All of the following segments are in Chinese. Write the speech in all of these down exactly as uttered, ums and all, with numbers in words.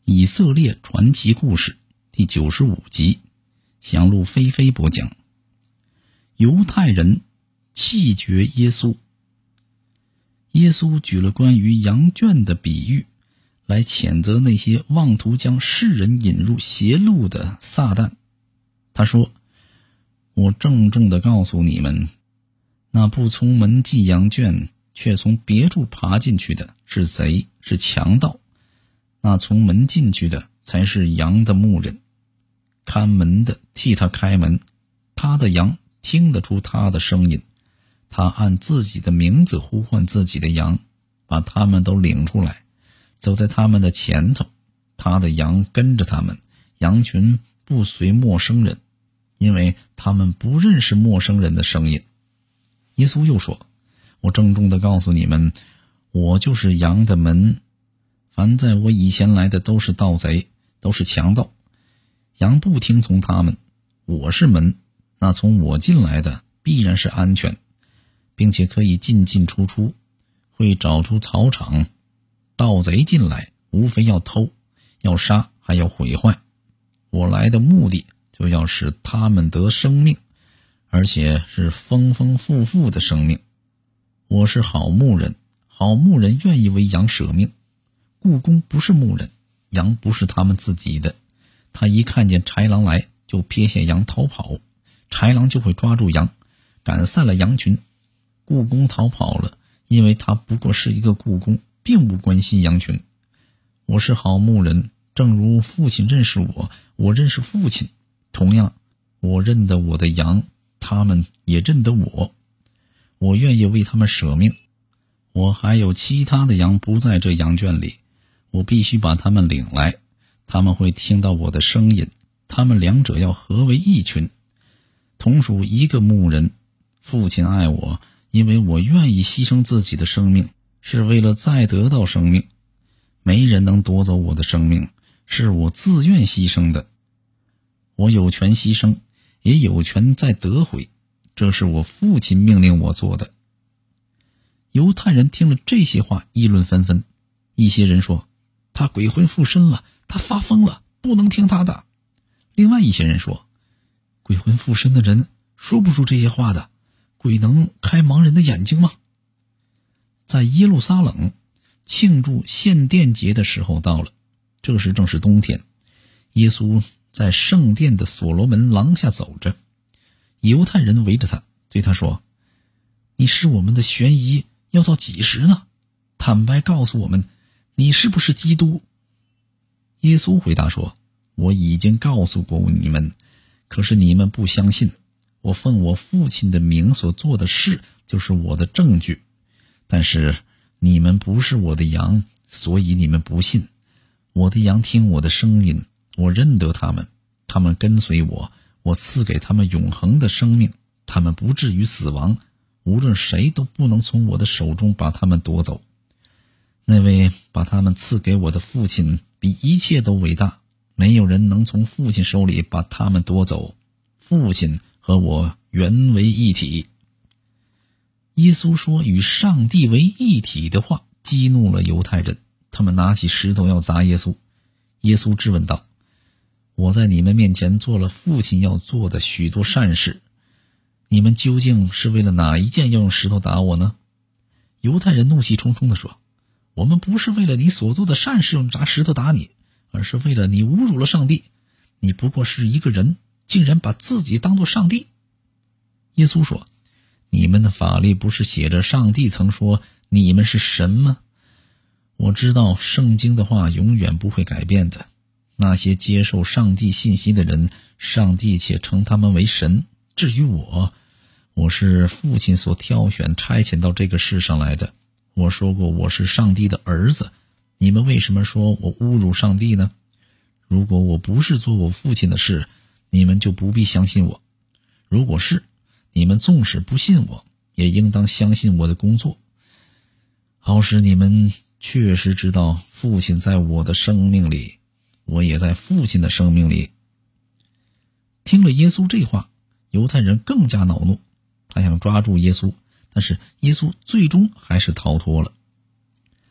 以色列传奇故事第九十五集，详录菲菲播讲。犹太人弃绝耶稣。耶稣举了关于羊圈的比喻，来谴责那些妄图将世人引入邪路的撒旦。他说：我郑重地告诉你们，那不从门进羊圈，却从别处爬进去的是贼，是强盗。那从门进去的才是羊的牧人，看门的替他开门，他的羊听得出他的声音，他按自己的名字呼唤自己的羊，把他们都领出来，走在他们的前头，他的羊跟着他们，羊群不随陌生人，因为他们不认识陌生人的声音。耶稣又说：我郑重地告诉你们，我就是羊的门，凡在我以前来的都是盗贼，都是强盗，羊不听从他们。我是门，那从我进来的必然是安全，并且可以进进出出，会找出草场。盗贼进来无非要偷，要杀，还要毁坏。我来的目的就要使他们得生命，而且是丰丰富富的生命。我是好牧人，好牧人愿意为羊舍命。雇工不是牧人，羊不是他们自己的，他一看见豺狼来，就撇下羊逃跑，豺狼就会抓住羊，赶散了羊群。雇工逃跑了，因为他不过是一个雇工，并不关心羊群。我是好牧人，正如父亲认识我，我认识父亲，同样我认得我的羊，他们也认得我。我愿意为他们舍命。我还有其他的羊不在这羊圈里，我必须把他们领来，他们会听到我的声音，他们两者要合为一群，同属一个牧人。父亲爱我，因为我愿意牺牲自己的生命，是为了再得到生命。没人能夺走我的生命，是我自愿牺牲的。我有权牺牲，也有权再得回，这是我父亲命令我做的。犹太人听了这些话，议论纷纷。一些人说，他鬼魂附身了，他发疯了，不能听他的。另外一些人说，鬼魂附身的人说不出这些话的，鬼能开盲人的眼睛吗？在耶路撒冷庆祝献殿节的时候到了，这时正是冬天。耶稣在圣殿的所罗门廊下走着，犹太人围着他，对他说：你是我们的悬疑要到几时呢？坦白告诉我们，你是不是基督？耶稣回答说：我已经告诉过你们，可是你们不相信。我奉我父亲的名所做的事，就是我的证据。但是你们不是我的羊，所以你们不信。我的羊听我的声音，我认得他们，他们跟随我，我赐给他们永恒的生命，他们不至于死亡，无论谁都不能从我的手中把他们夺走。那位把他们赐给我的父亲比一切都伟大，没有人能从父亲手里把他们夺走。父亲和我原为一体。耶稣说与上帝为一体的话，激怒了犹太人，他们拿起石头要砸耶稣。耶稣质问道：我在你们面前做了父亲要做的许多善事，你们究竟是为了哪一件要用石头打我呢？犹太人怒气冲冲地说：我们不是为了你所做的善事用砸石头打你，而是为了你侮辱了上帝。你不过是一个人，竟然把自己当作上帝。耶稣说：你们的法律不是写着上帝曾说你们是神吗？我知道圣经的话永远不会改变的。那些接受上帝信息的人，上帝且称他们为神。至于我，我是父亲所挑选差遣到这个世上来的。我说过我是上帝的儿子，你们为什么说我侮辱上帝呢？如果我不是做我父亲的事，你们就不必相信我。如果是，你们纵使不信我，也应当相信我的工作，好使你们确实知道父亲在我的生命里，我也在父亲的生命里。听了耶稣这话，犹太人更加恼怒，他想抓住耶稣，但是耶稣最终还是逃脱了。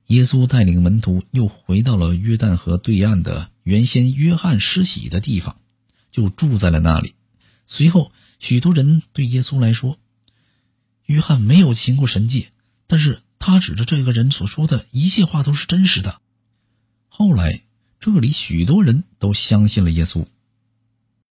耶稣带领门徒又回到了约旦河对岸的原先约翰施洗的地方，就住在了那里。随后许多人对耶稣来说，约翰没有行过神迹，但是他指着这个人所说的一切话都是真实的。后来这里许多人都相信了耶稣，